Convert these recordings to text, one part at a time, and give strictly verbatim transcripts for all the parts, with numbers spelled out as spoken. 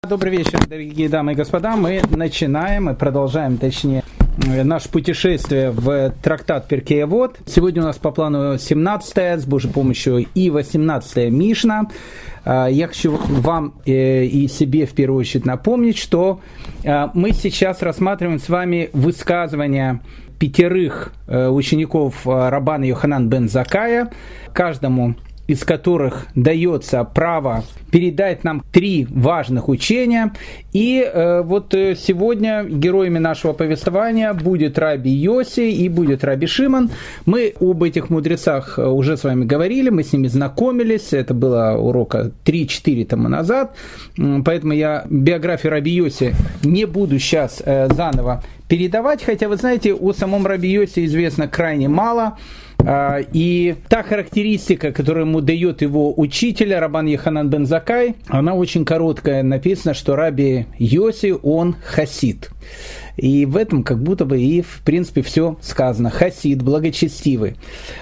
Добрый вечер, дорогие дамы и господа. Мы начинаем и продолжаем, точнее, наше путешествие в трактат Перкей Авот. Сегодня у нас по плану семнадцатая, с Божьей помощью, и восемнадцатая Мишна. Я хочу вам и себе в первую очередь напомнить, что мы сейчас рассматриваем с вами высказывания пятерых учеников Раббана Йоханан бен Заккая, каждому из которых дается право передать нам три важных учения. И э, вот сегодня героями нашего повествования будет Раби Йоси и будет Раби Шимон. Мы об этих мудрецах уже с вами говорили, мы с ними знакомились, это было урока три-четыре тому назад, поэтому я биографию Раби Йоси не буду сейчас э, заново передавать, хотя вы знаете, о самом Раби Йоси известно крайне мало. И та характеристика, которую ему дает его учитель, Раббан Йоханан бен Заккай, она очень короткая. Написано, что Раби Йоси, он хасид. И в этом как будто бы и, в принципе, все сказано. Хасид, благочестивый.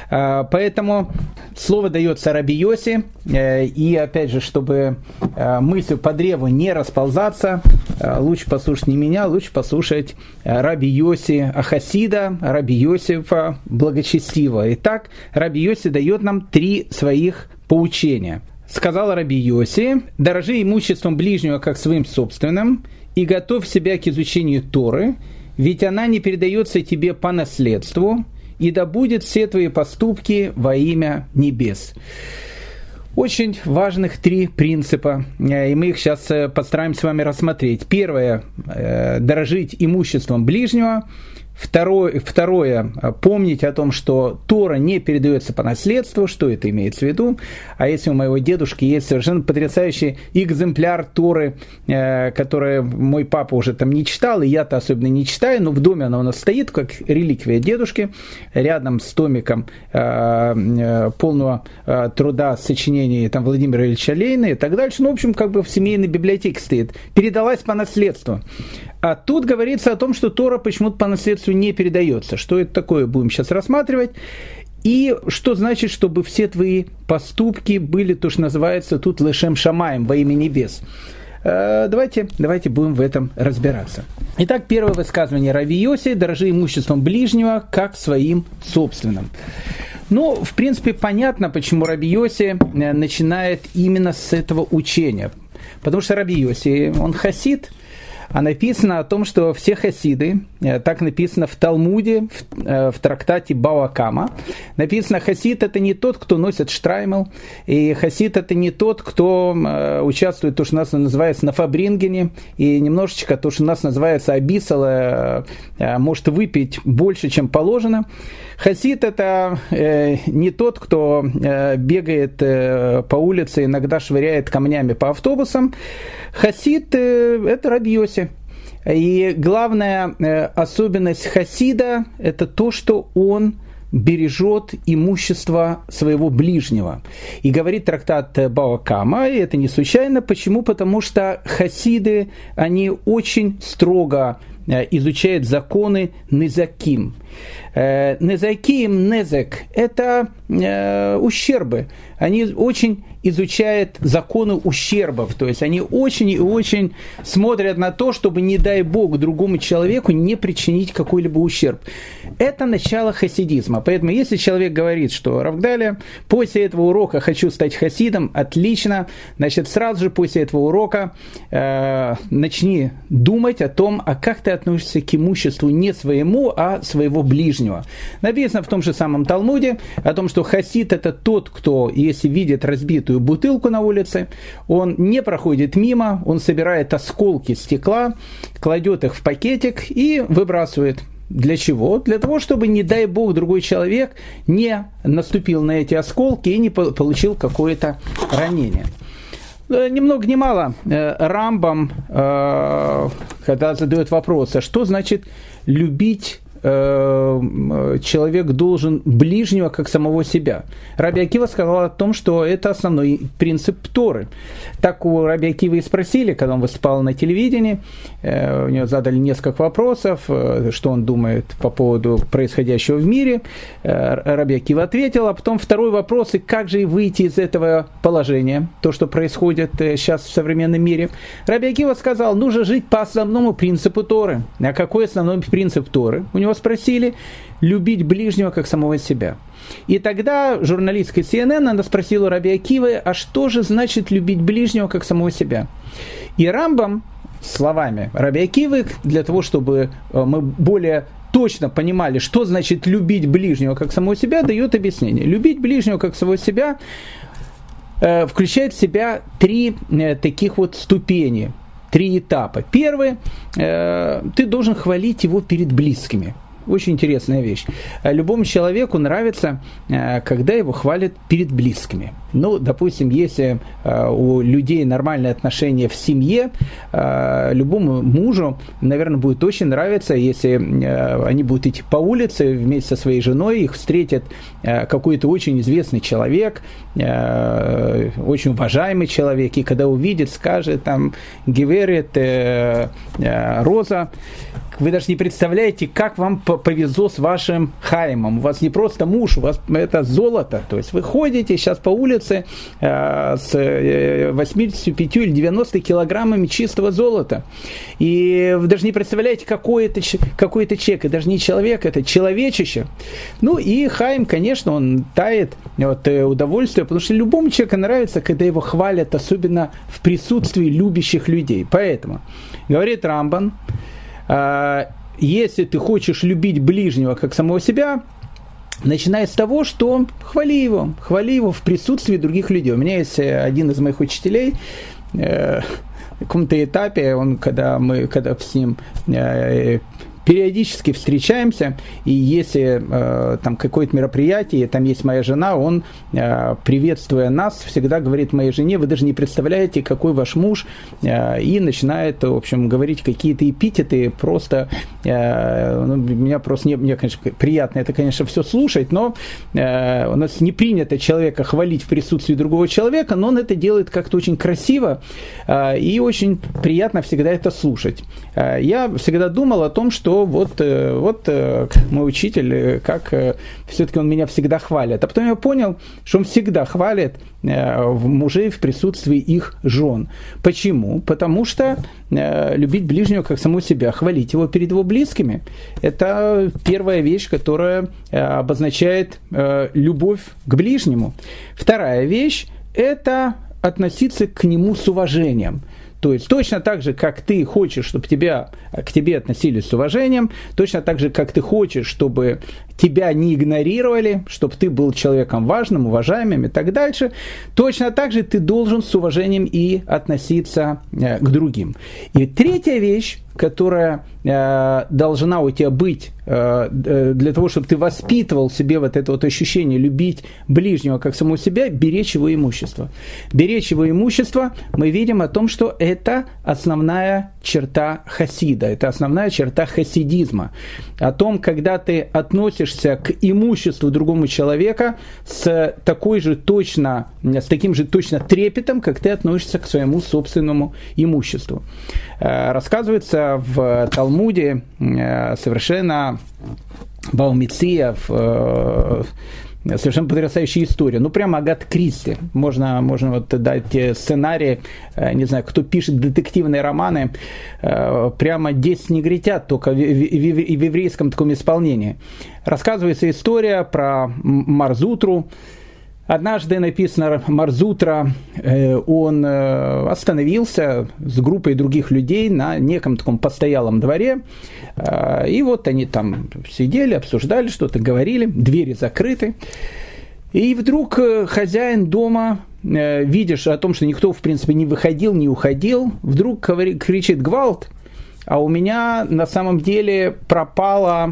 Поэтому слово дается Раби Йоси. И, опять же, чтобы мыслью по древу не расползаться, лучше послушать не меня, лучше послушать Раби Йоси Хасида, Раби Йосифа благочестивого. Итак, Раби Йоси дает нам три своих поучения. Сказал Раби Йоси: «Дорожи имуществом ближнего, как своим собственным, и готовь себя к изучению Торы, ведь она не передается тебе по наследству, и да будет все твои поступки во имя небес». Очень важных три принципа, и мы их сейчас постараемся с вами рассмотреть. Первое – дорожить имуществом ближнего. Второе, второе, помнить о том, что Тора не передается по наследству, что это имеется в виду. А если у моего дедушки есть совершенно потрясающий экземпляр Торы, э, который мой папа уже там не читал, и я-то особенно не читаю, но в доме она у нас стоит, как реликвия дедушки, рядом с томиком э, э, полного э, труда сочинений там, Владимира Ильича Ленина и так дальше. Ну, в общем, как бы в семейной библиотеке стоит. Передалась по наследству. А тут говорится о том, что Тора почему-то по наследству не передается. Что это такое, будем сейчас рассматривать. И что значит, чтобы все твои поступки были, то, что называется тут лешем шамаем, во имя небес. Давайте, давайте будем в этом разбираться. Итак, первое высказывание Раби Йоси: «Дорожи имуществом ближнего, как своим собственным». Ну, в принципе, понятно, почему Раби Йоси начинает именно с этого учения. Потому что Раби Йоси, он хасид. А написано о том, что все хасиды, так написано в Талмуде, в, в трактате Бава Кама, написано: хасид — это не тот, кто носит штраймел, и хасид — это не тот, кто э, участвует, то, что у нас называется на фабрингене, и немножечко то, что у нас называется абисал, э, э, может выпить больше, чем положено. Хасид — это э, не тот, кто э, бегает э, по улице, иногда швыряет камнями по автобусам. Хасид э, – это Раби Йоси. И главная э, особенность хасида – это то, что он бережет имущество своего ближнего. И говорит трактат Бава Кама, и это не случайно. Почему? Потому что хасиды, они очень строго изучают законы незаким. Незаким, незек – это э, ущербы. Они очень изучают законы ущербов, то есть они очень и очень смотрят на то, чтобы, не дай Бог, другому человеку не причинить какой-либо ущерб. Это начало хасидизма. Поэтому, если человек говорит, что Рав Гдалия, после этого урока хочу стать хасидом, отлично, значит, сразу же после этого урока э, начни думать о том, а как ты относишься к имуществу не своему, а своего ближнего. Написано в том же самом Талмуде о том, что хасид — это тот, кто, если видит разбитую бутылку на улице, он не проходит мимо, он собирает осколки стекла, кладет их в пакетик и выбрасывает. Для чего? Для того, чтобы, не дай Бог, другой человек не наступил на эти осколки и не получил какое-то ранение. Ни много ни мало, Рамбам, когда задает вопрос, а что значит любить э, человек должен ближнего как самого себя. Раби Акива сказал о том, что это основной принцип Торы. Так у Раби Акивы и спросили, когда он выступал на телевидении, э, у него задали несколько вопросов, э, что он думает по поводу происходящего в мире. Э, Раби Акива ответил, а потом второй вопрос, и как же выйти из этого положения, то, что происходит э, сейчас в современном мире. Раби Акива сказал, нужно жить по основному принципу Торы. А какой основной принцип Торы? У него спросили, любить ближнего как самого себя. И тогда журналистка си эн эн, она спросила у Раби Акивы, а что же значит любить ближнего как самого себя? И Рамбам, словами Раби Акивы, для того, чтобы мы более точно понимали, что значит любить ближнего как самого себя, дает объяснение. Любить ближнего как самого себя э, включает в себя три э, таких вот ступени, три этапа. Первый, э, ты должен хвалить его перед близкими. Очень интересная вещь. Любому человеку нравится, когда его хвалят перед близкими. Ну, допустим, если у людей нормальные отношения в семье, любому мужу, наверное, будет очень нравиться, если они будут идти по улице вместе со своей женой, их встретит какой-то очень известный человек, очень уважаемый человек, и когда увидит, скажет там «Геверет, Роза», вы даже не представляете, как вам повезло с вашим Хаимом. У вас не просто муж, у вас это золото. То есть вы ходите сейчас по улице э, с восемьдесят пять или девяносто килограммами чистого золота. И вы даже не представляете, какой это, какой это человек. Это даже не человек, это человечище. Ну и Хаим, конечно, он тает от удовольствия, потому что любому человеку нравится, когда его хвалят, особенно в присутствии любящих людей. Поэтому, говорит Рамбан, если ты хочешь любить ближнего как самого себя, начиная с того, что хвали его, хвали его в присутствии других людей. У меня есть один из моих учителей, э, на каком-то этапе, он, когда мы когда с ним э, периодически встречаемся, и если э, там какое-то мероприятие, там есть моя жена, он, э, приветствуя нас, всегда говорит моей жене, вы даже не представляете, какой ваш муж, э, и начинает, в общем, говорить какие-то эпитеты, просто, э, ну, меня просто, не, мне, конечно, приятно это, конечно, все слушать, но э, у нас не принято человека хвалить в присутствии другого человека, но он это делает как-то очень красиво, э, и очень приятно всегда это слушать. Э, я всегда думал о том, что вот, вот мой учитель, как все-таки он меня всегда хвалит. А потом я понял, что он всегда хвалит мужей в присутствии их жен. Почему? Потому что любить ближнего как самого себя, хвалить его перед его близкими, это первая вещь, которая обозначает любовь к ближнему. Вторая вещь – это относиться к нему с уважением. То есть точно так же, как ты хочешь, чтобы тебя, к тебе относились с уважением, точно так же, как ты хочешь, чтобы тебя не игнорировали, чтобы ты был человеком важным, уважаемым и так дальше, точно так же ты должен с уважением и относиться к другим. И третья вещь, которая э, должна у тебя быть э, для того, чтобы ты воспитывал в себе вот это вот ощущение любить ближнего как самого себя, беречь его имущество. Беречь его имущество, мы видим о том, что это основная черта хасида, это основная черта хасидизма. О том, когда ты относишься к имуществу другому человека с такой же точно, с таким же точно трепетом, как ты относишься к своему собственному имуществу. Э, рассказывается в Талмуде совершенно Баумиция, совершенно потрясающая история. Ну, прямо Агата Кристи. Можно, можно вот дать сценарий, не знаю, кто пишет детективные романы, прямо десять негритят, только в еврейском таком исполнении. Рассказывается история про Марзутру. Однажды, написано, Марзутра, он остановился с группой других людей на неком таком постоялом дворе, и вот они там сидели, обсуждали что-то, говорили, двери закрыты, и вдруг хозяин дома, видишь о том, что никто, в принципе, не выходил, не уходил, вдруг кричит «Гвалт!», а у меня на самом деле пропало,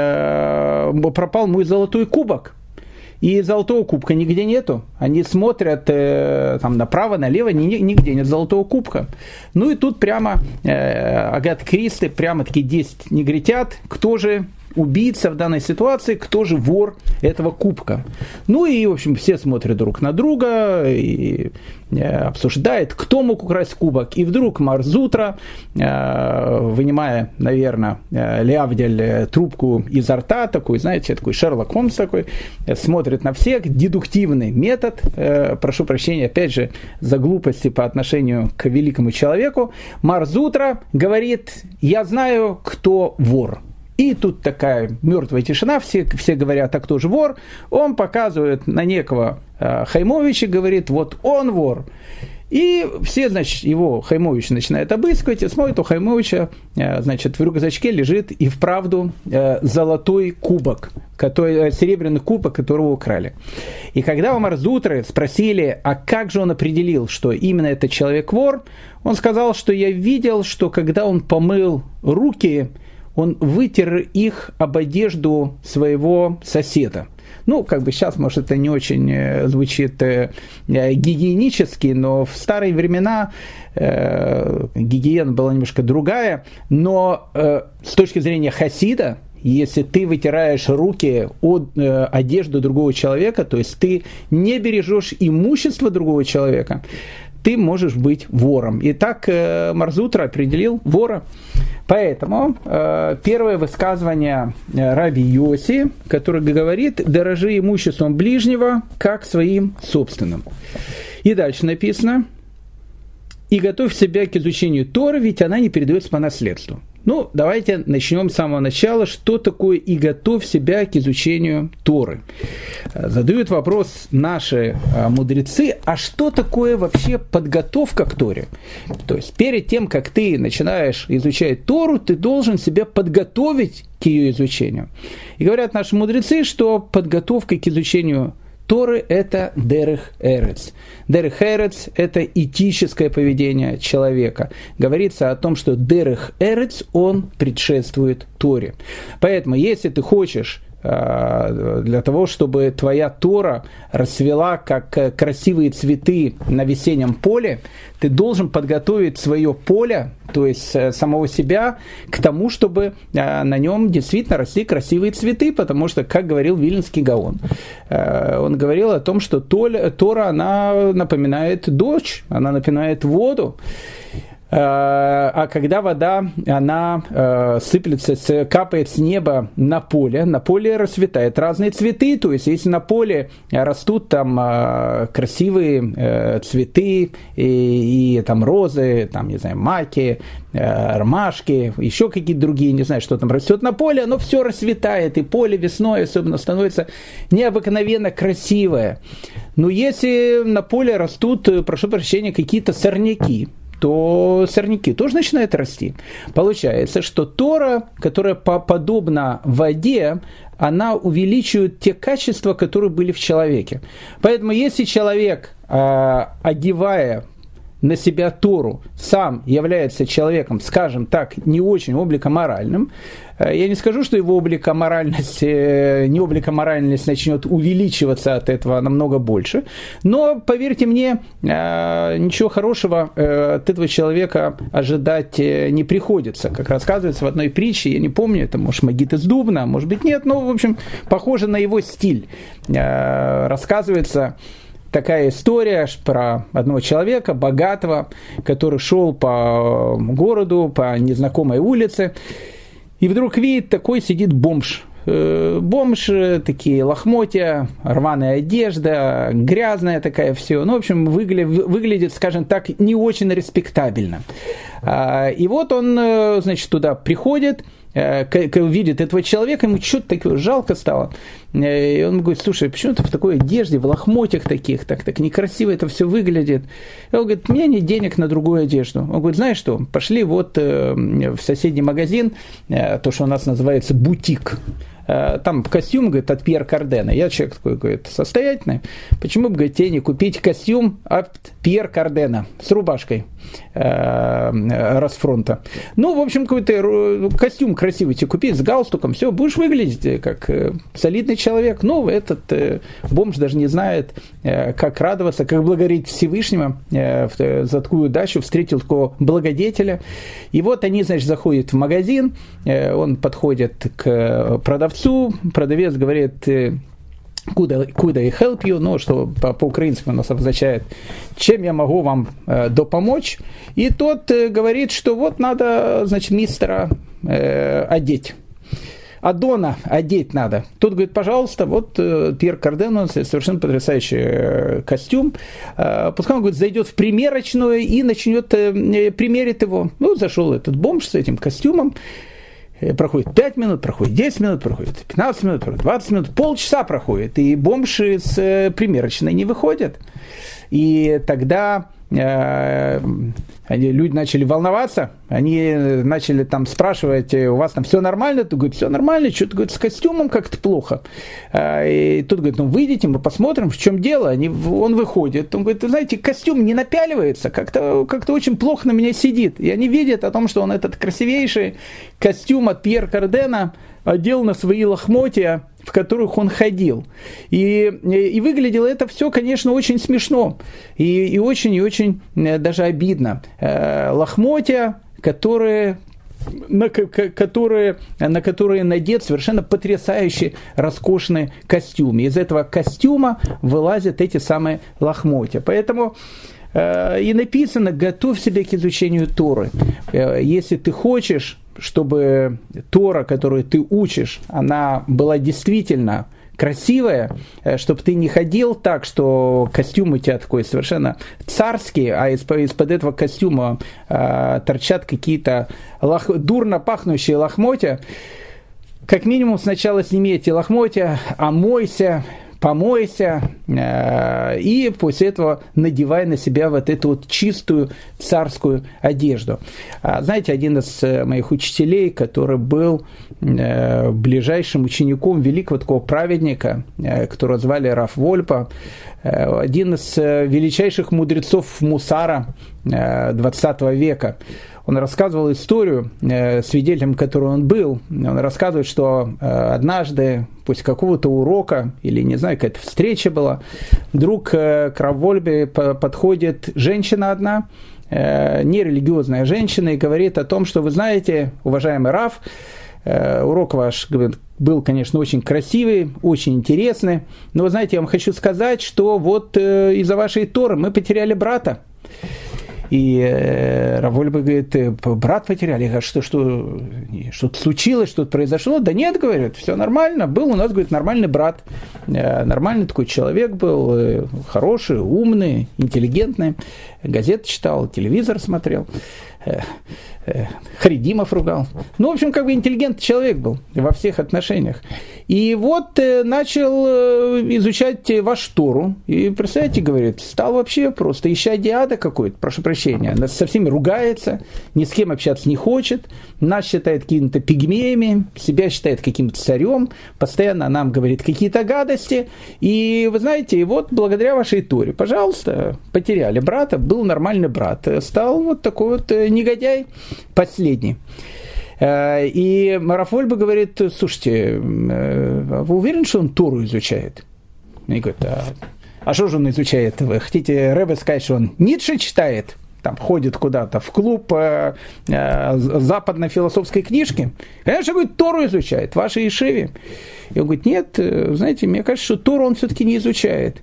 пропал мой золотой кубок. И золотого кубка нигде нету. Они смотрят э, там направо, налево, нигде нет золотого кубка. Ну и тут прямо э, Агата Кристи, прямо такие десять негритят, кто же убийца в данной ситуации, кто же вор этого кубка. Ну и, в общем, все смотрят друг на друга и обсуждают, кто мог украсть кубок. И вдруг Марзутра, вынимая, наверное, Леавдель трубку изо рта, такой, знаете, такой Шерлок Холмс такой, смотрит на всех, дедуктивный метод, прошу прощения, опять же, за глупости по отношению к великому человеку. Марзутра говорит: я знаю, кто вор. И тут такая мертвая тишина, все, все говорят, а кто же вор? Он показывает на некого э, Хаймовича, говорит, вот он вор. И все, значит, его Хаймович начинает обыскивать, и смотрит, у Хаймовича, э, значит, в рюкзачке лежит и вправду э, золотой кубок, который, серебряный кубок, которого украли. И когда у Марзутры спросили, а как же он определил, что именно этот человек вор, он сказал, что я видел, что когда он помыл руки, он вытер их об одежду своего соседа. Ну, как бы сейчас, может, это не очень э, звучит э, гигиенически, но в старые времена э, гигиена была немножко другая. Но э, с точки зрения хасида, если ты вытираешь руки от э, одежды другого человека, то есть ты не бережешь имущество другого человека, ты можешь быть вором. И так э, Марзутра определил вора. Поэтому э, первое высказывание Раби Йоси, который говорит: «Дорожи имуществом ближнего, как своим собственным». И дальше написано: «И готовь себя к изучению Торы, ведь она не передается по наследству». Ну, давайте начнем с самого начала. Что такое «и готовь себя к изучению Торы»? Задают вопрос наши мудрецы, а что такое вообще подготовка к Торе? То есть перед тем, как ты начинаешь изучать Тору, ты должен себя подготовить к ее изучению. И говорят наши мудрецы, что подготовка к изучению Торы – это дерех эрец. Дерех эрец – это этическое поведение человека. Говорится о том, что дерех эрец, он предшествует Торе. Поэтому, если ты хочешь для того, чтобы твоя Тора расцвела, как красивые цветы на весеннем поле, ты должен подготовить свое поле, то есть самого себя, к тому, чтобы на нем действительно росли красивые цветы, потому что, как говорил Вильнский Гаон, он говорил о том, что Тора, она напоминает дождь, она напоминает воду. А когда вода, она сыплется, капает с неба на поле, на поле расцветают разные цветы, то есть если на поле растут там красивые цветы и, и там розы, там, не знаю, маки, ромашки, еще какие-то другие, не знаю, что там растет на поле, оно все расцветает, и поле весной особенно становится необыкновенно красивое. Но если на поле растут, прошу прощения, какие-то сорняки, то сорняки тоже начинают расти. Получается, что Тора, которая подобна воде, она увеличивает те качества, которые были в человеке. Поэтому если человек, одевая на себя Тору, сам является человеком, скажем так, не очень обликоморальным, я не скажу, что его обликоморальность, не обликоморальность начнет увеличиваться от этого намного больше, но, поверьте мне, ничего хорошего от этого человека ожидать не приходится. Как рассказывается в одной притче, я не помню, это может Магит из Дубна, может быть нет, но, в общем, похоже на его стиль. Рассказывается такая история про одного человека, богатого, который шел по городу, по незнакомой улице, и вдруг видит, такой сидит бомж. Бомж, такие лохмотья, рваная одежда, грязная такая все. Ну, в общем, выглядит, выглядит, скажем так, не очень респектабельно. И вот он, значит, туда приходит, видит этого человека, ему что-то такое жалко стало. И он говорит: слушай, почему ты в такой одежде, в лохмотьях таких, так, так некрасиво это все выглядит. И он говорит: у меня нет денег на другую одежду. Он говорит: знаешь что, пошли вот в соседний магазин, то, что у нас называется бутик. там костюм, говорит, от Пьер Кардена. Я человек такой, говорит, состоятельный. Почему бы, говорит, тебе не купить костюм от Пьер Кардена с рубашкой э, Росфронта? Ну, в общем, какой-то костюм красивый тебе купить с галстуком, все, будешь выглядеть как солидный человек. Ну, этот э, бомж даже не знает, э, как радоваться, как благодарить Всевышнего э, за такую удачу, встретил такого благодетеля. И вот они, значит, заходят в магазин, э, он подходит к продавцу, продавец говорит, куда, куда и help you, ну, что по- по-украински у нас обозначает, чем я могу вам э, допомочь. И тот э, говорит, что вот надо, значит, мистера э, одеть. Адона одеть надо. Тот говорит, пожалуйста, вот э, Пьер Карден, совершенно потрясающий э, костюм. Э, пускай он, говорит, зайдет в примерочную и начнет э, примерить его. Ну, зашел этот бомж с этим костюмом. Проходит пять минут, проходит десять минут, проходит пятнадцать минут, проходит двадцать минут, полчаса проходит, и бомжи с примерочной не выходят. И тогда э, они, люди начали волноваться, они начали там спрашивать, у вас там все нормально? Тут говорит, все нормально, что-то, говорит, с костюмом как-то плохо. И тут говорит, ну выйдите, мы посмотрим, в чем дело. Они, он выходит, он говорит, вы знаете, костюм не напяливается, как-то, как-то очень плохо на меня сидит. И они видят о том, что он этот красивейший костюм от Пьер Кардена одел на свои лохмотья, в которых он ходил. И, и выглядело это все, конечно, очень смешно. И, и очень, и очень даже обидно. Лохмотья, которые... На которые, на которые надет совершенно потрясающий, роскошный костюм. Из этого костюма вылазят эти самые лохмотья. Поэтому э, и написано, готовь себя к изучению Торы. Э, если ты хочешь, чтобы Тора, которую ты учишь, она была действительно красивая, чтобы ты не ходил так, что костюм у тебя такой совершенно царский, а из-под, из-под этого костюма э, торчат какие-то лох, дурно пахнущие лохмотья. Как минимум сначала сними эти лохмотья, омойся, помойся, э, и после этого надевай на себя вот эту вот чистую царскую одежду. А, знаете, один из моих учителей, который был э, ближайшим учеником великого такого праведника, э, которого звали Раф Вольпа, э, один из величайших мудрецов Мусара э, двадцатого века, он рассказывал историю, э, свидетелем которой он был. Он рассказывает, что э, однажды, после какого-то урока, или, не знаю, какая-то встреча была, вдруг э, к Рав Вольпе подходит женщина одна, э, нерелигиозная женщина, и говорит о том, что, вы знаете, уважаемый Рав, э, урок ваш, говорит, был, конечно, очень красивый, очень интересный, но, вы знаете, я вам хочу сказать, что вот э, из-за вашей Торы мы потеряли брата. И э, Рав Вольпе говорит, брат потеряли. Я говорю, что, что, что-то случилось, что-то произошло? Да нет, говорят, все нормально. Был у нас, говорит, нормальный брат. Э, нормальный такой человек был, э, хороший, умный, интеллигентный. Газеты читал, телевизор смотрел. Э, э, Харидимов ругал. Ну, в общем, как бы интеллигентный человек был во всех отношениях. И вот э, начал э, изучать вашу Тору. И, представляете, говорит, стал вообще просто ища-диада какой-то, прошу прощения. Она со всеми ругается, ни с кем общаться не хочет. Нас считает какими-то пигмеями, себя считает каким-то царем. Постоянно нам говорит какие-то гадости. И, вы знаете, вот благодаря вашей Торе, пожалуйста, потеряли брата, был нормальный брат. Стал вот такой вот негодяй последний. И Рав Вольпе говорит, слушайте, вы уверены, что он Тору изучает? И говорит, а, а что же он изучает? Вы хотите Ребе сказать, что он Ницше читает? Там ходит куда-то в клуб э, э, западно-философской книжки? Конечно, говорит, Тору изучает, в вашей ешиве. И он говорит, нет, знаете, мне кажется, что Тору он все-таки не изучает.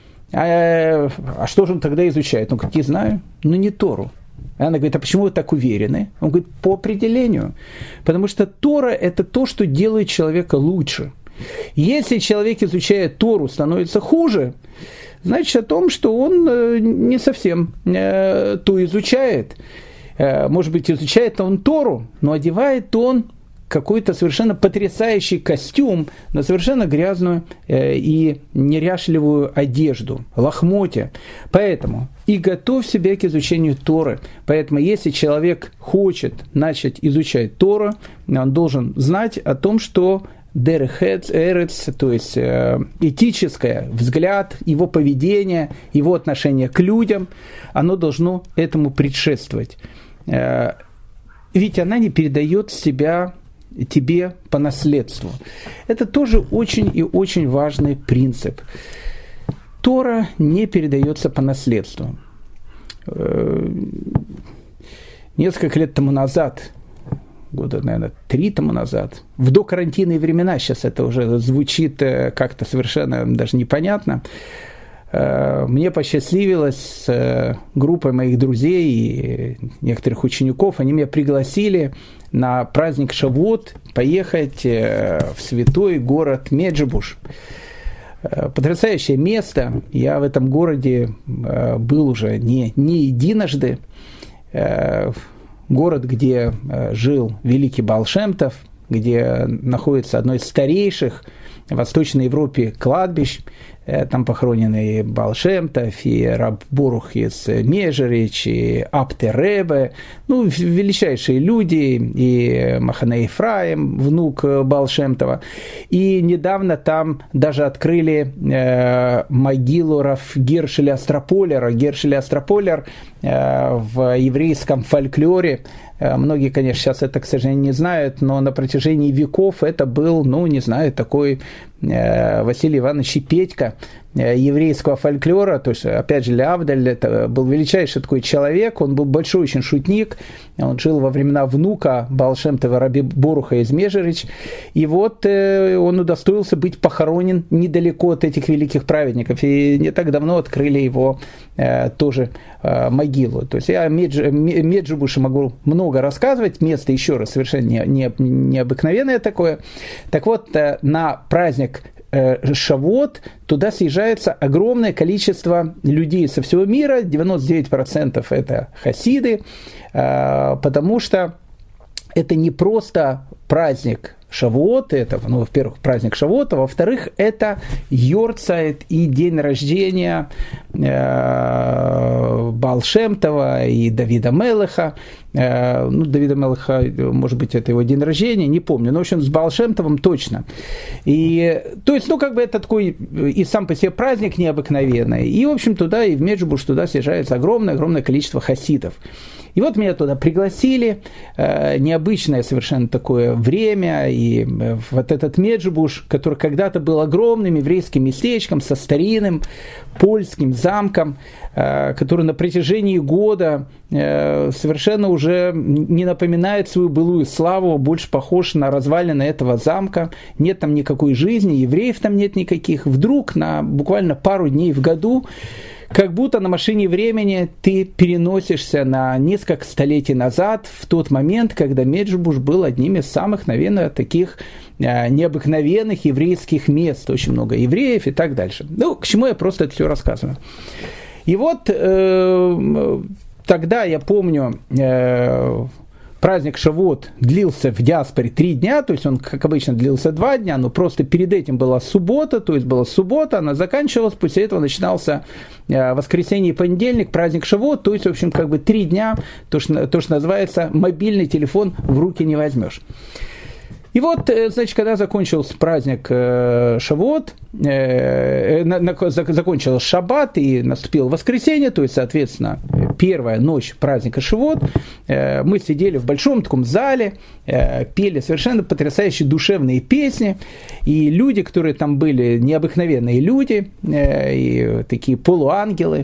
А, а что же он тогда изучает? Ну, как не знаю, ну не Тору. Она говорит, а почему вы так уверены? Он говорит, по определению. Потому что Тора – это то, что делает человека лучше. Если человек, изучая Тору, становится хуже, значит о том, что он не совсем то изучает. Может быть, изучает он Тору, но одевает он какой-то совершенно потрясающий костюм на совершенно грязную э, и неряшливую одежду, лохмотья. Поэтому и готовь себя к изучению Торы. Поэтому если человек хочет начать изучать Тору, он должен знать о том, что дерех эрец, то есть этическое, взгляд, его поведение, его отношение к людям, оно должно этому предшествовать. Ведь она не передает себя тебе по наследству. Это тоже очень и очень важный принцип. Тора не передается по наследству. Несколько лет тому назад, года, наверное, три тому назад, в докарантинные времена, сейчас это уже звучит как-то совершенно даже непонятно, мне посчастливилось с группой моих друзей и некоторых учеников, они меня пригласили на праздник Шавуот поехать в святой город Меджибуш. Потрясающее место. Я в этом городе был уже не, не единожды. Город, где жил великий Баал Шем Тов, где находится одно из старейших в Восточной Европе кладбищ. Там похоронены и Баал Шем Тов, и Раб Борух из Межерич, и Апте Ребе, ну, величайшие люди, и Махане Ефраим, внук Баал Шем Това. И недавно там даже открыли э, могилу Рав Гершеля Астрополера. Гершель Астрополер э, в еврейском фольклоре, э, многие, конечно, сейчас это, к сожалению, не знают, но на протяжении веков это был, ну, не знаю, такой э, Василий Иванович Петька еврейского фольклора, то есть, опять же, Леавдаль, это был величайший такой человек, он был большой очень шутник, он жил во времена внука Баал Шем Това Раби Боруха из Межерич, и вот э, он удостоился быть похоронен недалеко от этих великих праведников, и не так давно открыли его э, тоже э, могилу. То есть я о Медж, Меджибуше могу много рассказывать, место, еще раз, совершенно не, не, необыкновенное такое. Так вот, э, на праздник Шавуот туда съезжается огромное количество людей со всего мира, девяносто девять процентов это хасиды, потому что это не просто праздник Шавуот, это, ну, во-первых, праздник Шавуота, во-вторых, это йорцайт и день рождения э, Баал Шем Това и Давида Мелеха. Э, ну, Давида Мелеха, может быть, это его день рождения, не помню, но, в общем, с Баал Шем Товом точно. И, то есть, ну, как бы это такой и сам по себе праздник необыкновенный. И, в общем, туда и в Меджибуш туда съезжается огромное-огромное количество хасидов. И вот меня туда пригласили, э, необычное совершенно такое время, и вот этот Меджибуш, который когда-то был огромным еврейским местечком со старинным польским замком, э, который на протяжении года э, совершенно уже не напоминает свою былую славу, больше похож на развалины этого замка, нет там никакой жизни, евреев там нет никаких. Вдруг на буквально пару дней в году как будто на машине времени ты переносишься на несколько столетий назад, в тот момент, когда Меджибуш был одним из самых, наверное, таких э, необыкновенных еврейских мест. Очень много евреев и так дальше. Ну, к чему я просто это все рассказываю. И вот э, тогда, я помню, э, праздник Шавуот длился в диаспоре три дня, то есть он, как обычно, длился два дня, но просто перед этим была суббота, то есть была суббота, она заканчивалась, после этого начинался воскресенье и понедельник, праздник Шавуот, то есть, в общем, как бы три дня, то, что, то, что называется, мобильный телефон в руки не возьмешь. И вот, значит, когда закончился праздник э, Шавуот, э, на, на, закончился Шаббат и наступило воскресенье, то есть, соответственно, первая ночь праздника Шавуот, э, мы сидели в большом таком зале, э, пели совершенно потрясающие душевные песни, и люди, которые там были, необыкновенные люди, э, и такие полуангелы.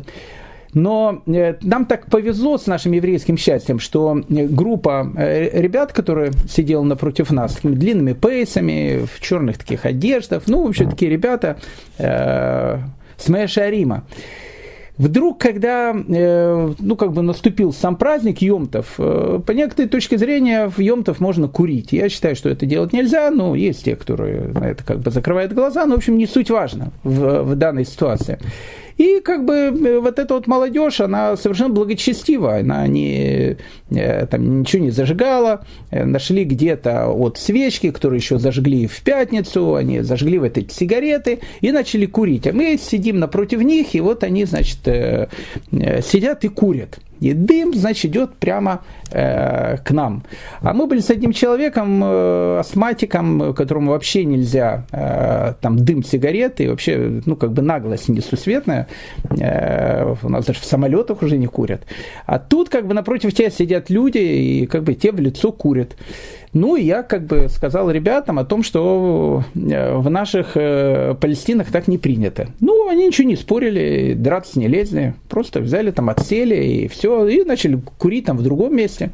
Но нам так повезло с нашим еврейским счастьем, что группа ребят, которые сидела напротив нас, с такими длинными пейсами, в черных таких одеждах, ну, вообще такие ребята э, с Меа-Шаарима. Вдруг, когда э, ну, как бы наступил сам праздник Йом-Тов, э, по некоторой точке зрения в Йом-Тов можно курить. Я считаю, что это делать нельзя, но есть те, которые на это как бы закрывают глаза, но, в общем, не суть важно в, в данной ситуации. И как бы вот эта вот молодежь, она совершенно благочестива, она не, там, ничего не зажигала, нашли где-то вот свечки, которые еще зажгли в пятницу, они зажгли вот эти сигареты и начали курить. А мы сидим напротив них, и вот они, значит, сидят и курят. И дым, значит, идет прямо э, к нам. А мы были с одним человеком, э, астматиком, которому вообще нельзя э, там дым сигареты, и вообще, ну, как бы наглость несусветная. Э, у нас даже в самолетах уже не курят. А тут, как бы, напротив тебя сидят люди, и, как бы, те в лицо курят. Ну, и я, как бы, сказал ребятам о том, что в наших э, Палестинах так не принято. Ну, они ничего не спорили, драться не лезли, просто взяли там, отсели, и все, и начали курить там в другом месте.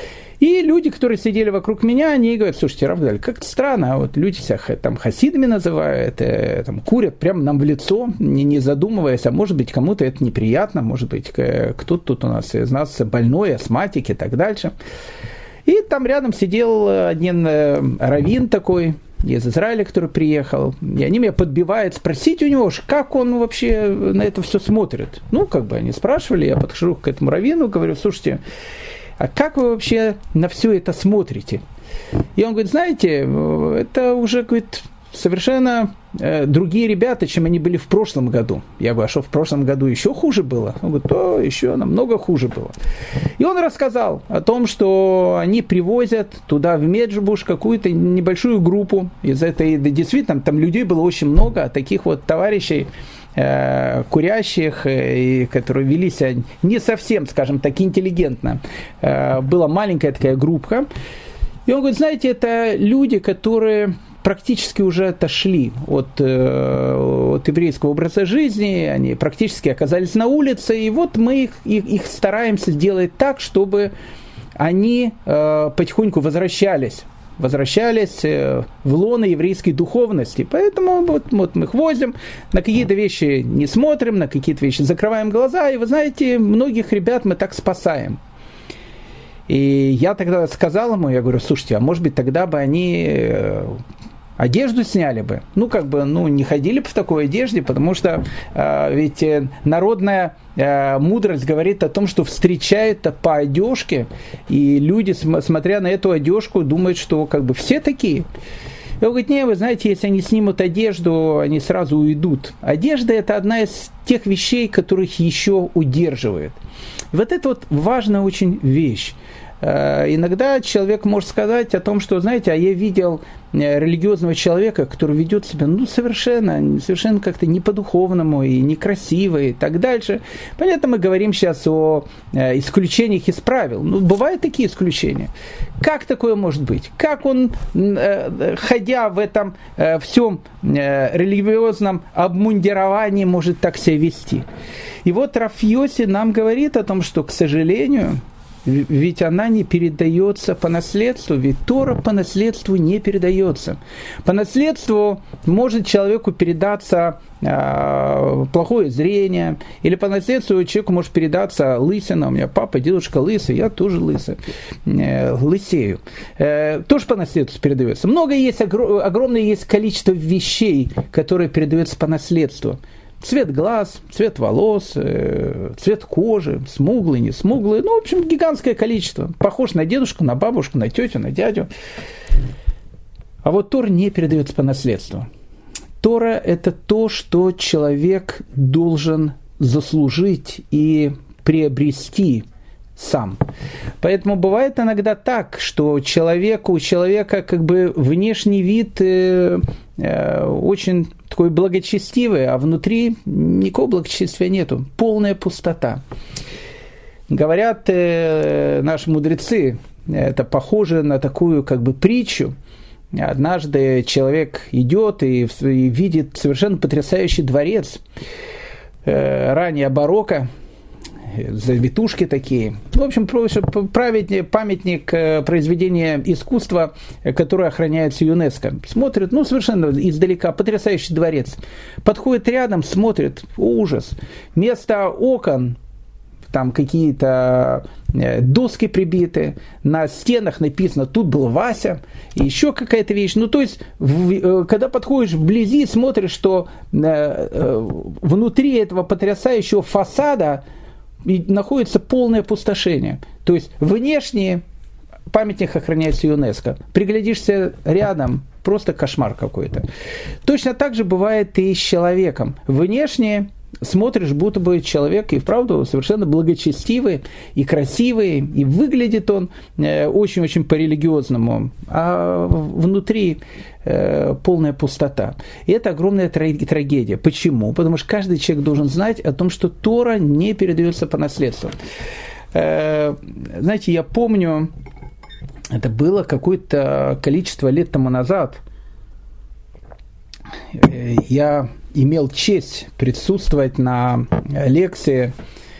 И люди, которые сидели вокруг меня, они говорят: слушайте, Рав Гдаль, как-то странно, а вот люди себя там хасидами называют, э, там, курят прямо нам в лицо, не, не задумываясь, а может быть, кому-то это неприятно, может быть, кто-то тут у нас из нас больной, астматик и так дальше. И там рядом сидел один раввин такой из Израиля, который приехал, и они меня подбивают спросить у него, как он вообще на это все смотрит. Ну, как бы они спрашивали, я подхожу к этому раввину, говорю: слушайте, а как вы вообще на все это смотрите? И он говорит: знаете, это уже, говорит, совершенно э, другие ребята, чем они были в прошлом году. Я говорю: а что, в прошлом году еще хуже было? Он говорит: о, еще намного хуже было. И он рассказал о том, что они привозят туда, в Меджибуш, какую-то небольшую группу. Из этой, да, действительно, там людей было очень много, таких вот товарищей, э, курящих, э, и которые вели себя не совсем, скажем так, интеллигентно. Э, была маленькая такая группа. И он говорит: знаете, это люди, которые практически уже отошли от, э, от еврейского образа жизни, они практически оказались на улице, и вот мы их, их, их стараемся сделать так, чтобы они э, потихоньку возвращались, возвращались э, в лоно еврейской духовности. Поэтому вот, вот мы их возим, на какие-то вещи не смотрим, на какие-то вещи закрываем глаза, и вы знаете, многих ребят мы так спасаем. И я тогда сказал ему, я говорю: слушайте, а может быть тогда бы они э, одежду сняли бы? Ну, как бы, ну, не ходили бы в такой одежде, потому что э, ведь народная э, мудрость говорит о том, что встречают по одежке, и люди, см- смотря на эту одежку, думают, что как бы все такие. И он говорит: не, вы знаете, если они снимут одежду, они сразу уйдут. Одежда – это одна из тех вещей, которых еще удерживает. И вот это вот важная очень вещь. Иногда человек может сказать о том, что, знаете, а я видел религиозного человека, который ведет себя, ну, совершенно, совершенно как-то не по-духовному и некрасиво и так дальше. Понятно, мы говорим сейчас о исключениях из правил. Ну, бывают такие исключения. Как такое может быть? Как он, ходя в этом всем религиозном обмундировании, может так себя вести? И вот Рав Йоси нам говорит о том, что, к сожалению, ведь она не передается по наследству, ведь Тора по наследству не передается. По наследству может человеку передаться э, плохое зрение, или по наследству человеку может передаться лысина. У меня папа, дедушка лысый, я тоже лысый, э, лысею. Э, тоже по наследству передается. Много есть, огр- огромное есть количество вещей, которые передаются по наследству. Цвет глаз, цвет волос, э, цвет кожи, смуглый, не смуглый. Ну, в общем, гигантское количество. Похож на дедушку, на бабушку, на тетю, на дядю. А вот Тора не передается по наследству. Тора – это то, что человек должен заслужить и приобрести сам. Поэтому бывает иногда так, что человеку, у человека как бы внешний вид э, э, очень такой благочестивый, а внутри никакого благочестия нету. Полная пустота. Говорят э, наши мудрецы, это похоже на такую как бы притчу. Однажды человек идет и, и видит совершенно потрясающий дворец э, ранее барокко, завитушки такие. В общем, памятник, памятник произведения искусства, которое охраняется ЮНЕСКО. Смотрит, ну, совершенно издалека, потрясающий дворец. Подходит рядом, смотрит, ужас. Вместо окон там какие-то доски прибиты, на стенах написано: тут был Вася, и еще какая-то вещь. Ну, то есть, в, когда подходишь вблизи, смотришь, что э, внутри этого потрясающего фасада и находится полное опустошение. То есть внешне памятник охраняется ЮНЕСКО. Приглядишься рядом, просто кошмар какой-то. Точно так же бывает и с человеком. Внешне смотришь, будто бы человек и вправду совершенно благочестивый и красивый, и выглядит он очень-очень по-религиозному, а внутри полная пустота. И это огромная трагедия. Почему? Потому что каждый человек должен знать о том, что Тора не передается по наследству. Знаете, я помню, это было какое-то количество лет тому назад, я имел честь присутствовать на лекции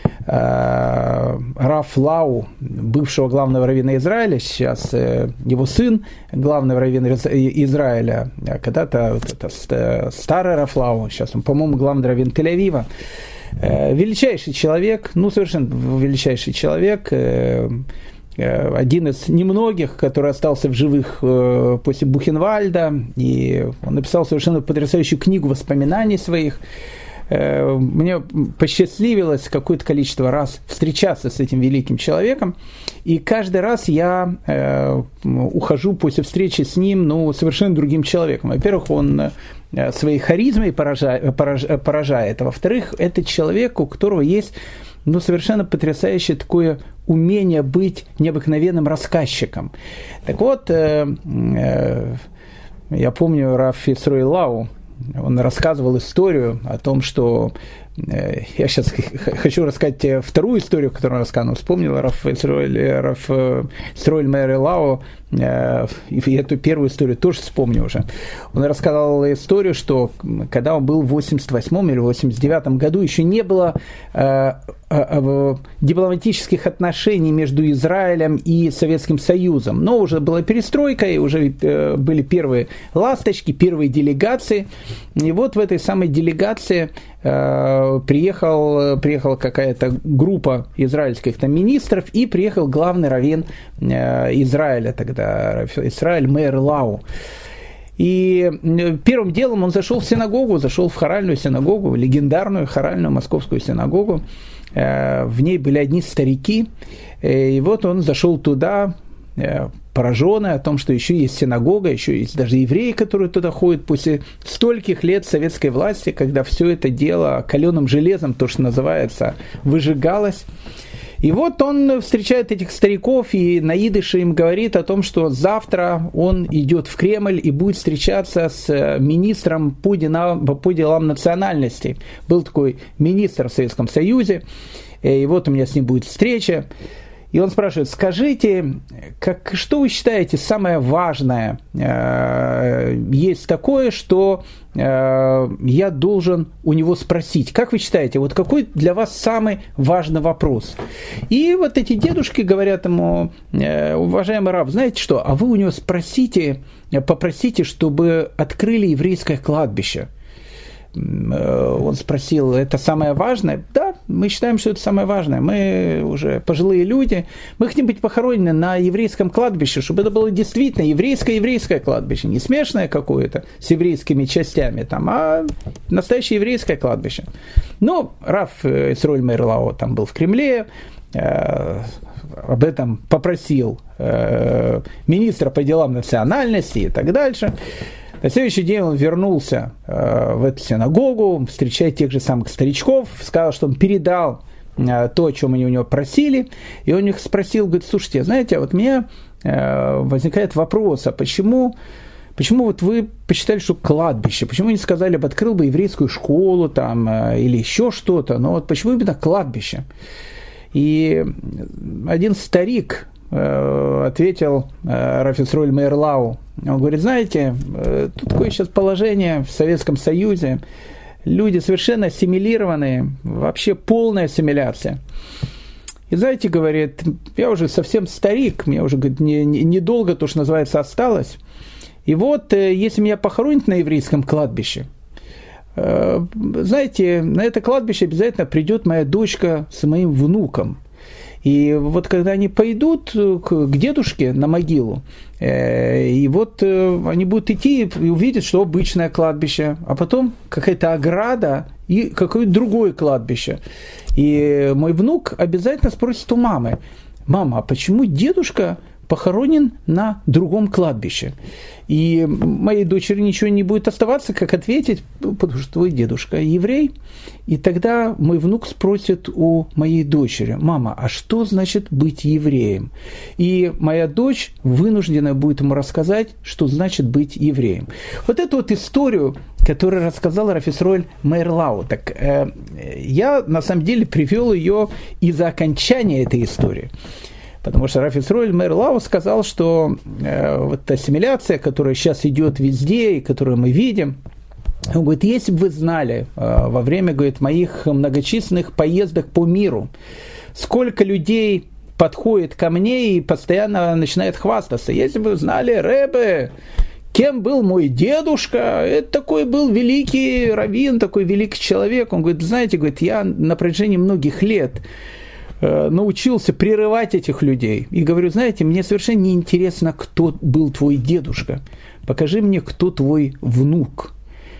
э, Рав Лау, бывшего главного раввина Израиля, сейчас э, его сын, главный раввин Израиля, а когда-то вот это старый Рав Лау, сейчас он, по-моему, главный раввин Тель-Авива. Э, величайший человек, ну, совершенно величайший человек, э, один из немногих, который остался в живых после Бухенвальда, и он написал совершенно потрясающую книгу воспоминаний своих. Мне посчастливилось какое-то количество раз встречаться с этим великим человеком, и каждый раз я э, ухожу после встречи с ним, ну, совершенно другим человеком. Во-первых, он своей харизмой поражает, поражает, а во-вторых, это человек, у которого есть, ну, совершенно потрясающее такое умение быть необыкновенным рассказчиком. Так вот, э, э, я помню Рав Исроэль Лау, он рассказывал историю о том, что э, я сейчас хочу рассказать вторую историю, которую он рассказывал. Вспомнил Рав Исроэль Мейер Лау, э, и эту первую историю тоже вспомнил уже. Он рассказал историю, что когда он был в восемьдесят восьмом или восемьдесят девятом году, еще не было э, э, дипломатических отношений между Израилем и Советским Союзом. Но уже была перестройка, и уже э, были первые ласточки, первые делегации. И вот в этой самой делегации э, приехал, приехала какая-то группа израильских там министров, и приехал главный раввин э, Израиля тогда, Исраэль Мейер Лау. И первым делом он зашел в синагогу, зашел в хоральную синагогу, легендарную хоральную московскую синагогу. В ней были одни старики. И вот он зашел туда, пораженный о том, что еще есть синагога, еще есть даже евреи, которые туда ходят после стольких лет советской власти, когда все это дело каленым железом, то, что называется, выжигалось. И вот он встречает этих стариков и на идыше им говорит о том, что завтра он идет в Кремль и будет встречаться с министром по делам национальностей. Был такой министр в Советском Союзе, и вот у меня с ним будет встреча. И он спрашивает: скажите, как, что вы считаете самое важное? Э, есть такое, что э, я должен у него спросить. Как вы считаете, вот какой для вас самый важный вопрос? И вот эти дедушки говорят ему: э, уважаемый рав, знаете что, а вы у него спросите, попросите, чтобы открыли еврейское кладбище. Он спросил: это самое важное? Да, мы считаем, что это самое важное. Мы уже пожилые люди, мы хотим быть похоронены на еврейском кладбище, чтобы это было действительно еврейское-еврейское кладбище, не смешное какое-то с еврейскими частями, там, а настоящее еврейское кладбище. Ну, Рав Исроэль Мейер Лау там был в Кремле, э, об этом попросил э, министра по делам национальности и так дальше. На следующий день он вернулся э, в эту синагогу, встречая тех же самых старичков, сказал, что он передал э, то, о чем они у него просили, и он их спросил, говорит: слушайте, знаете, а вот у меня э, возникает вопрос, а почему, почему вот вы посчитали, что кладбище, почему не сказали бы, открыл бы еврейскую школу там, э, или еще что-то, но вот почему именно кладбище? И один старик ответил Рав Исроэль Мейер Лау. Он говорит: знаете, тут такое сейчас положение в Советском Союзе, люди совершенно ассимилированные, вообще полная ассимиляция. И знаете, говорит, я уже совсем старик, мне уже, говорит, не, не, недолго, то, что называется, осталось. И вот, если меня похоронят на еврейском кладбище, знаете, на это кладбище обязательно придет моя дочка с моим внуком. И вот когда они пойдут к дедушке на могилу, и вот они будут идти и увидят, что обычное кладбище, а потом какая-то ограда и какое-то другое кладбище. И мой внук обязательно спросит у мамы: мама, а почему дедушка похоронен на другом кладбище. И моей дочери ничего не будет оставаться, как ответить, потому что твой дедушка еврей. И тогда мой внук спросит у моей дочери: мама, а что значит быть евреем? И моя дочь вынуждена будет ему рассказать, что значит быть евреем. Вот эту вот историю, которую рассказал Рав Исроэль Меир Лау, так э, я на самом деле привел ее из-за окончания этой истории. Потому что Рав Исроэль Меир Лау сказал, что э, вот ассимиляция, которая сейчас идет везде и которую мы видим, он говорит, если бы вы знали э, во время, говорит, моих многочисленных поездок по миру, сколько людей подходит ко мне и постоянно начинает хвастаться, если бы вы знали, Ребе, кем был мой дедушка, это такой был великий раввин, такой великий человек. Он говорит, знаете, говорит, я на протяжении многих лет научился прерывать этих людей. И говорю, знаете, мне совершенно не интересно, кто был твой дедушка. Покажи мне, кто твой внук.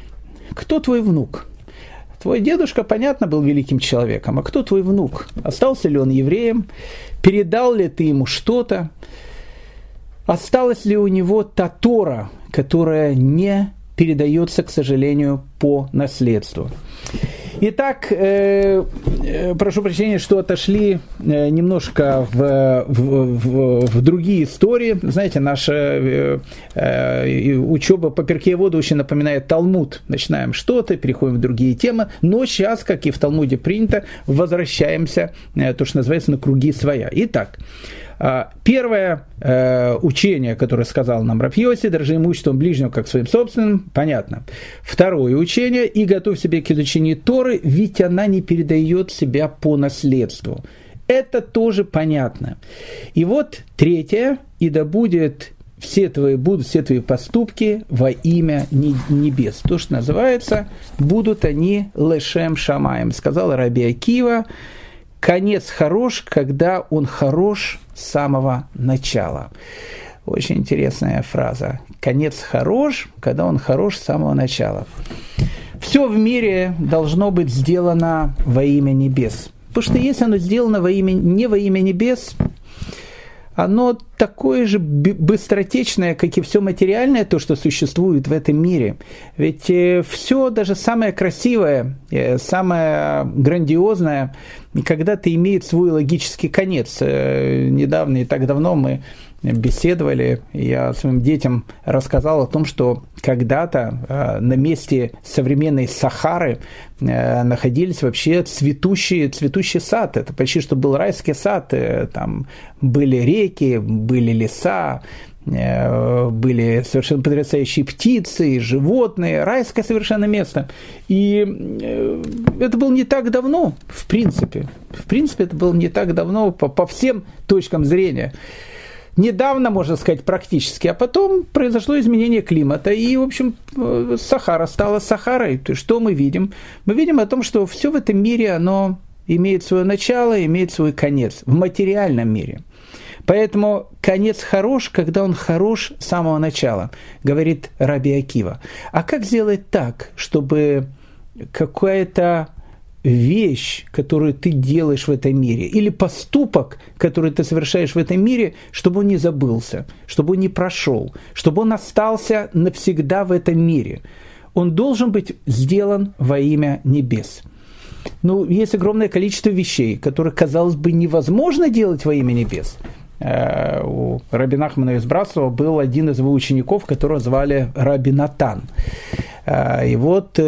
Кто твой внук? Твой дедушка, понятно, был великим человеком, а кто твой внук? Остался ли он евреем? Передал ли ты ему что-то? Осталась ли у него та Тора, которая не передается, к сожалению, по наследству? Итак, э, э, прошу прощения, что отошли э, немножко в, в, в, в другие истории. Знаете, наша э, э, учеба по Перкей Авот очень напоминает Талмуд. Начинаем что-то, переходим в другие темы, но сейчас, как и в Талмуде принято, возвращаемся, э, то, что называется, на круги своя. Итак, первое э, учение, которое сказал нам Рав Йоси, дорожи имуществом ближнего, как своим собственным, понятно. Второе учение, и готовь себе к изучению Торы, ведь она не передает себя по наследству. Это тоже понятно. И вот третье, и да будет все твои, будут все твои поступки во имя небес. То, что называется, будут они лешем шамаем, сказал Раби Акива. Конец хорош, когда он хорош с самого начала. Очень интересная фраза. Конец хорош, когда он хорош с самого начала. Все в мире должно быть сделано во имя небес. Потому что если оно сделано во имя, не во имя небес, оно такое же быстротечное, как и все материальное, то, что существует в этом мире. Ведь все, даже самое красивое, самое грандиозное, когда-то имеет свой логический конец. Недавно, не так давно мы беседовали, я своим детям рассказал о том, что когда-то на месте современной Сахары находились вообще цветущий, цветущий сад. Это почти что был райский сад. Там были реки, были леса, были совершенно потрясающие птицы, животные, райское совершенно место. И это было не так давно, в принципе. В принципе, это было не так давно по, по всем точкам зрения. Недавно, можно сказать, практически, а потом произошло изменение климата, и, в общем, Сахара стала Сахарой. То есть, что мы видим? Мы видим о том, что все в этом мире, оно имеет свое начало, имеет свой конец, в материальном мире. Поэтому конец хорош, когда он хорош с самого начала, говорит Раби Акива. А как сделать так, чтобы какая-то вещь, которую ты делаешь в этом мире, или поступок, который ты совершаешь в этом мире, чтобы он не забылся, чтобы он не прошел, чтобы он остался навсегда в этом мире? Он должен быть сделан во имя небес. Ну, есть огромное количество вещей, которые, казалось бы, невозможно делать во имя небес. У Раби Нахмана из Братслава был один из его учеников, которого звали Раби Натан. И вот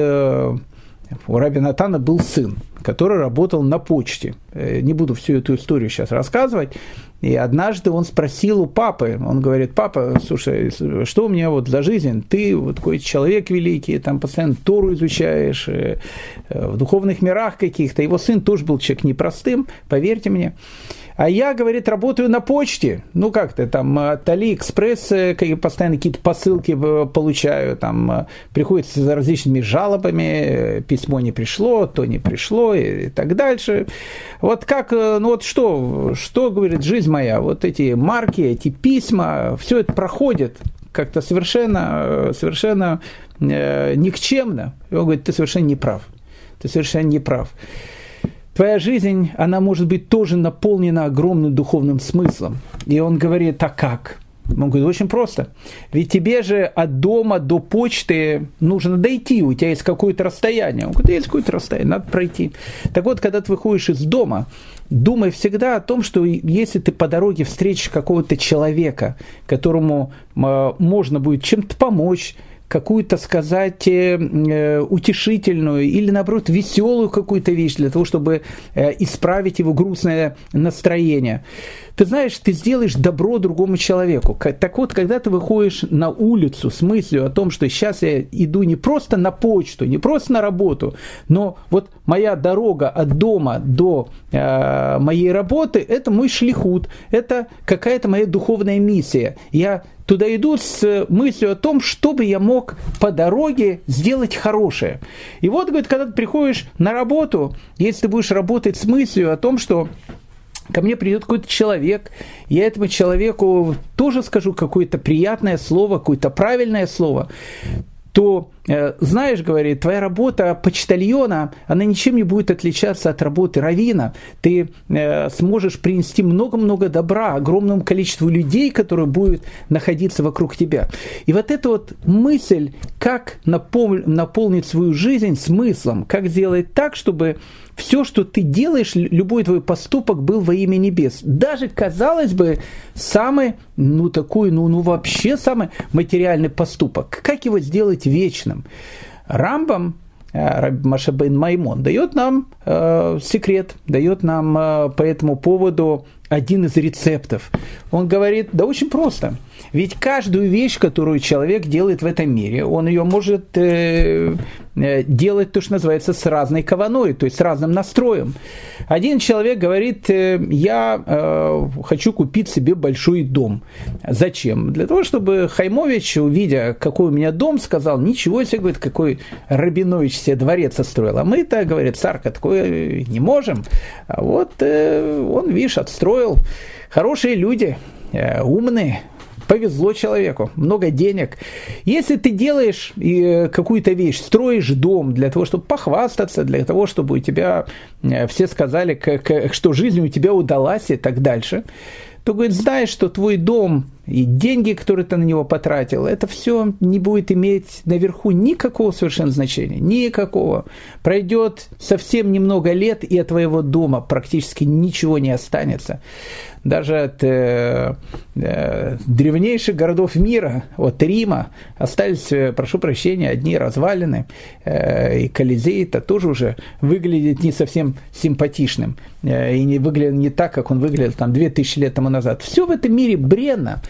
у Раби Натана был сын, который работал на почте. Не буду всю эту историю сейчас рассказывать. И однажды он спросил у папы, он говорит: папа, слушай, что у меня вот за жизнь? Ты вот такой человек великий, там постоянно Тору изучаешь, в духовных мирах каких-то. Его сын тоже был человек непростым, поверьте мне. А я, говорит, работаю на почте. Ну, как-то там от Алиэкспресс постоянно какие-то посылки получаю. Там приходится за различными жалобами. Письмо не пришло, то не пришло и так дальше. Вот как, ну вот что, что, говорит, жизнь моя, вот эти марки, эти письма, все это проходит как-то совершенно, совершенно никчемно. И он говорит: ты совершенно не прав. Ты совершенно не прав. твоя жизнь, она может быть тоже наполнена огромным духовным смыслом. И он говорит, а как? Он говорит, очень просто. Ведь тебе же от дома до почты нужно дойти, у тебя есть какое-то расстояние. Он говорит, есть какое-то расстояние, надо пройти. Так вот, когда ты выходишь из дома, думай всегда о том, что если ты по дороге встретишь какого-то человека, которому э, можно будет чем-то помочь, какую-то сказать э, утешительную или, наоборот, веселую какую-то вещь для того, чтобы э, исправить его грустное настроение. Ты знаешь, ты сделаешь добро другому человеку. Так вот, когда ты выходишь на улицу с мыслью о том, что сейчас я иду не просто на почту, не просто на работу, но вот моя дорога от дома до э, моей работы – это мой шлихут, это какая-то моя духовная миссия. Я туда иду с мыслью о том, что бы я мог по дороге сделать хорошее. И вот, говорит, когда ты приходишь на работу, если ты будешь работать с мыслью о том, что ко мне придет какой-то человек, я этому человеку тоже скажу какое-то приятное слово, какое-то правильное слово, то, э, знаешь, говорит, твоя работа почтальона, она ничем не будет отличаться от работы раввина. Ты э, сможешь принести много-много добра огромному количеству людей, которые будут находиться вокруг тебя. И вот эта вот мысль, как напол- наполнить свою жизнь смыслом, как сделать так, чтобы все, что ты делаешь, любой твой поступок был во имя небес. Даже, казалось бы, самый, ну, такой, ну, ну, вообще самый материальный поступок. Как его сделать вечным? Рамбам, Рабби Моше бен Маймон, дает нам э, секрет, дает нам э, по этому поводу один из рецептов. Он говорит, да очень просто. Ведь каждую вещь, которую человек делает в этом мире, он ее может э, э, делать, то, что называется, с разной каваной, то есть с разным настроем. Один человек говорит, э, я э, хочу купить себе большой дом. Зачем? Для того, чтобы Хаймович, увидя, какой у меня дом, сказал, ничего себе, говорит, какой Рабинович себе дворец отстроил. А мы-то, говорит, царка, такое не можем. А вот э, он, видишь, отстроил. Хорошие люди, э, умные. Повезло человеку, много денег. Если ты делаешь какую-то вещь, строишь дом для того, чтобы похвастаться, для того, чтобы у тебя все сказали, как, что жизнь у тебя удалась и так дальше, то, говорит, знаешь, что твой дом и деньги, которые ты на него потратил, это все не будет иметь наверху никакого совершенно значения, никакого. Пройдет совсем немного лет, и от твоего дома практически ничего не останется. Даже от э, э, древнейших городов мира, от Рима, остались, прошу прощения, одни развалины, э, и Колизей-то тоже уже выглядит не совсем симпатичным, э, и не выглядит не так, как он выглядел там две тысячи лет тому назад. Все в этом мире бренно.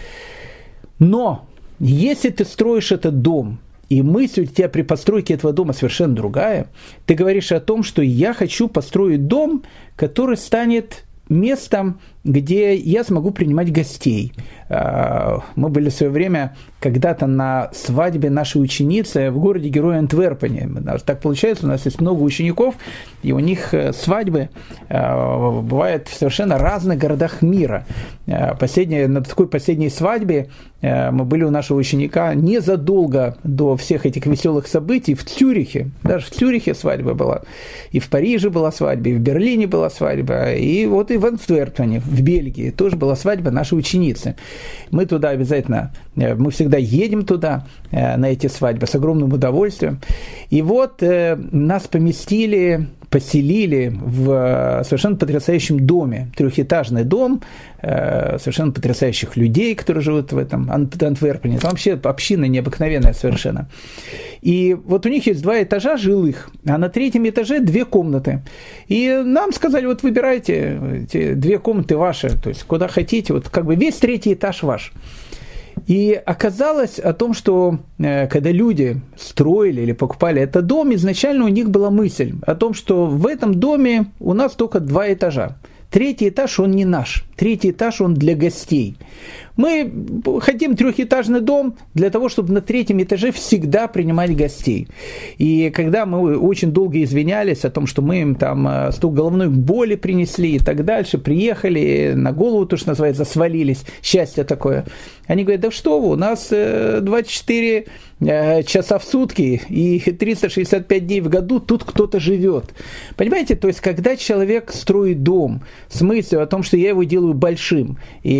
Но если ты строишь этот дом, и мысль у тебя при постройке этого дома совершенно другая, ты говоришь о том, что я хочу построить дом, который станет местом, где я смогу принимать гостей. Мы были в свое время когда-то на свадьбе нашей ученицы в городе Героя Антверпене. Так получается, у нас есть много учеников, и у них свадьбы бывают в совершенно разных городах мира. Последняя, на такой последней свадьбе мы были у нашего ученика незадолго до всех этих веселых событий в Цюрихе. Даже в Цюрихе свадьба была. И в Париже была свадьба, и в Берлине была свадьба, и вот и в Антверпене, в Бельгии, тоже была свадьба нашей ученицы. Мы туда обязательно, мы всегда едем туда, на эти свадьбы, с огромным удовольствием. И вот нас поместили, поселили в совершенно потрясающем доме, трехэтажный дом, совершенно потрясающих людей, которые живут в этом Антверпене. Там вообще община необыкновенная совершенно. И вот у них есть два этажа жилых, а на третьем этаже две комнаты. И нам сказали, вот выбирайте, эти две комнаты ваши, то есть куда хотите, вот как бы весь третий этаж ваш. И оказалось о том, что э, когда люди строили или покупали этот дом, изначально у них была мысль о том, что в этом доме у нас только два этажа. Третий этаж, он не наш. Третий этаж, он для гостей. Мы хотим трехэтажный дом для того, чтобы на третьем этаже всегда принимать гостей. И когда мы очень долго извинялись о том, что мы им там столько головной боли принесли и так дальше, приехали, на голову, то, что называется, свалились, счастье такое. Они говорят, да что вы, у нас двадцать четыре часа в сутки и триста шестьдесят пять дней в году тут кто-то живет. Понимаете, то есть, когда человек строит дом с мыслью о том, что я его делаю большим,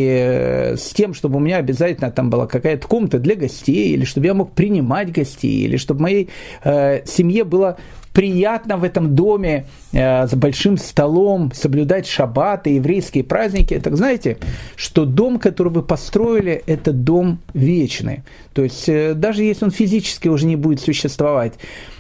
и с тем, чтобы у меня обязательно там была какая-то комната для гостей, или чтобы я мог принимать гостей, или чтобы моей э, семье было приятно в этом доме э, за большим столом соблюдать шаббаты, еврейские праздники. Так знаете, что дом, который вы построили, это дом вечный. То есть э, даже если он физически уже не будет существовать,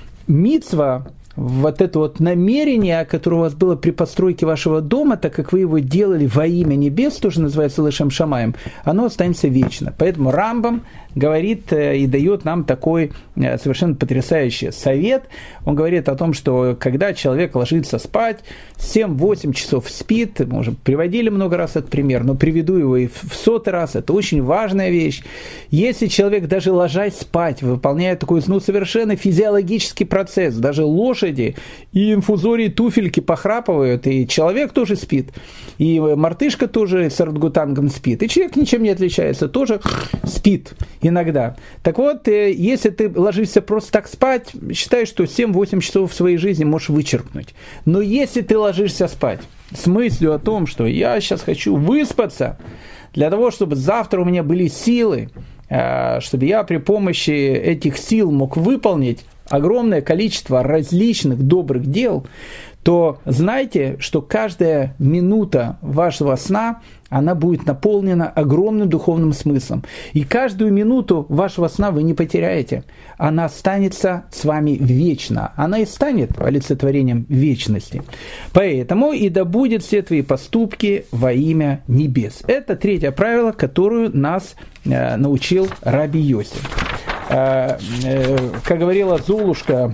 мицва, вот это вот намерение, которое у вас было при постройке вашего дома, так как вы его делали во имя небес, тоже называется Лешем Шамаем, оно останется вечно. Поэтому Рамбам говорит и дает нам такой совершенно потрясающий совет. Он говорит о том, что когда человек ложится спать, семь-восемь часов спит, мы уже приводили много раз этот пример, но приведу его и в сотый раз, это очень важная вещь. Если человек даже ложась спать, выполняет такой ну, совершенно физиологический процесс, даже лошади и инфузории туфельки похрапывают, и человек тоже спит, и мартышка тоже с орангутангом спит, и человек ничем не отличается, тоже спит иногда. Так вот, если ты ложишься просто так спать, считай, что семь-восемь часов в своей жизни можешь вычеркнуть. Но если ты ложишься спать с мыслью о том, что я сейчас хочу выспаться, для того, чтобы завтра у меня были силы, чтобы я при помощи этих сил мог выполнить огромное количество различных добрых дел, то знайте, что каждая минута вашего сна, она будет наполнена огромным духовным смыслом. И каждую минуту вашего сна вы не потеряете. Она останется с вами вечно. Она и станет олицетворением вечности. Поэтому и да будет все твои поступки во имя небес. Это третье правило, которое нас э, научил Раби Йоси. Как говорила Золушка,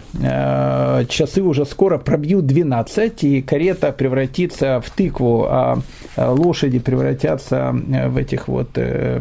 часы уже скоро пробьют двенадцать, и карета превратится в тыкву, а лошади превратятся в этих вот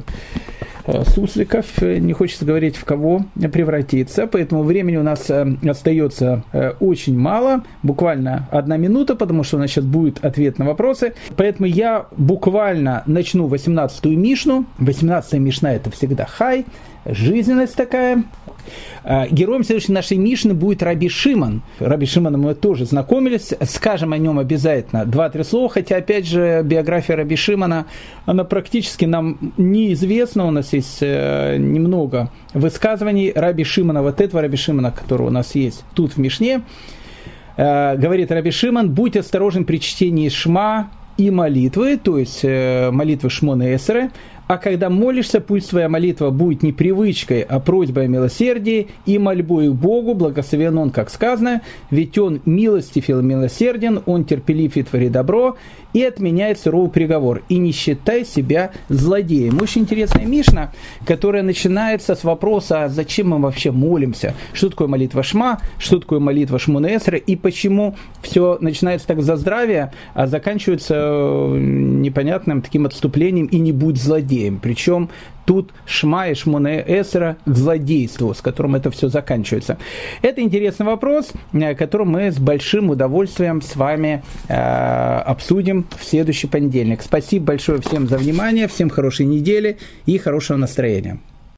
сусликов. Не хочется говорить, в кого превратиться, поэтому времени у нас остается очень мало, буквально одна минута, потому что у нас сейчас будет ответ на вопросы. Поэтому я буквально начну восемнадцатую Мишну. восемнадцатая Мишна – это всегда хай, жизненность такая. Героем следующей нашей Мишны будет Раби Шимон. Раби Шимоном мы тоже знакомились, скажем о нем обязательно два-три слова, хотя, опять же, биография Раби Шимона, она практически нам неизвестна, у нас есть немного высказываний Раби Шимона, вот этого Раби Шимона, который у нас есть тут в Мишне. Говорит Раби Шимон: будь осторожен при чтении Шма и молитвы, то есть молитвы Шмона Эсры, а когда молишься, пусть твоя молитва будет не привычкой, а просьбой о милосердии и мольбой к Богу, благословен Он, как сказано, ведь Он милостив и милосерден, Он терпелив и творит добро, и отменяет суровый приговор, и не считай себя злодеем. Очень интересная Мишна, которая начинается с вопроса, зачем мы вообще молимся, что такое молитва Шма, что такое молитва Шмона Эсры, и почему все начинается так за здравие, а заканчивается непонятным таким отступлением «и не будь злодеем». Причем тут Шма и Шмона Эсра к злодейству, с которым это все заканчивается. Это интересный вопрос, который мы с большим удовольствием с вами э, обсудим в следующий понедельник. Спасибо большое всем за внимание, всем хорошей недели и хорошего настроения.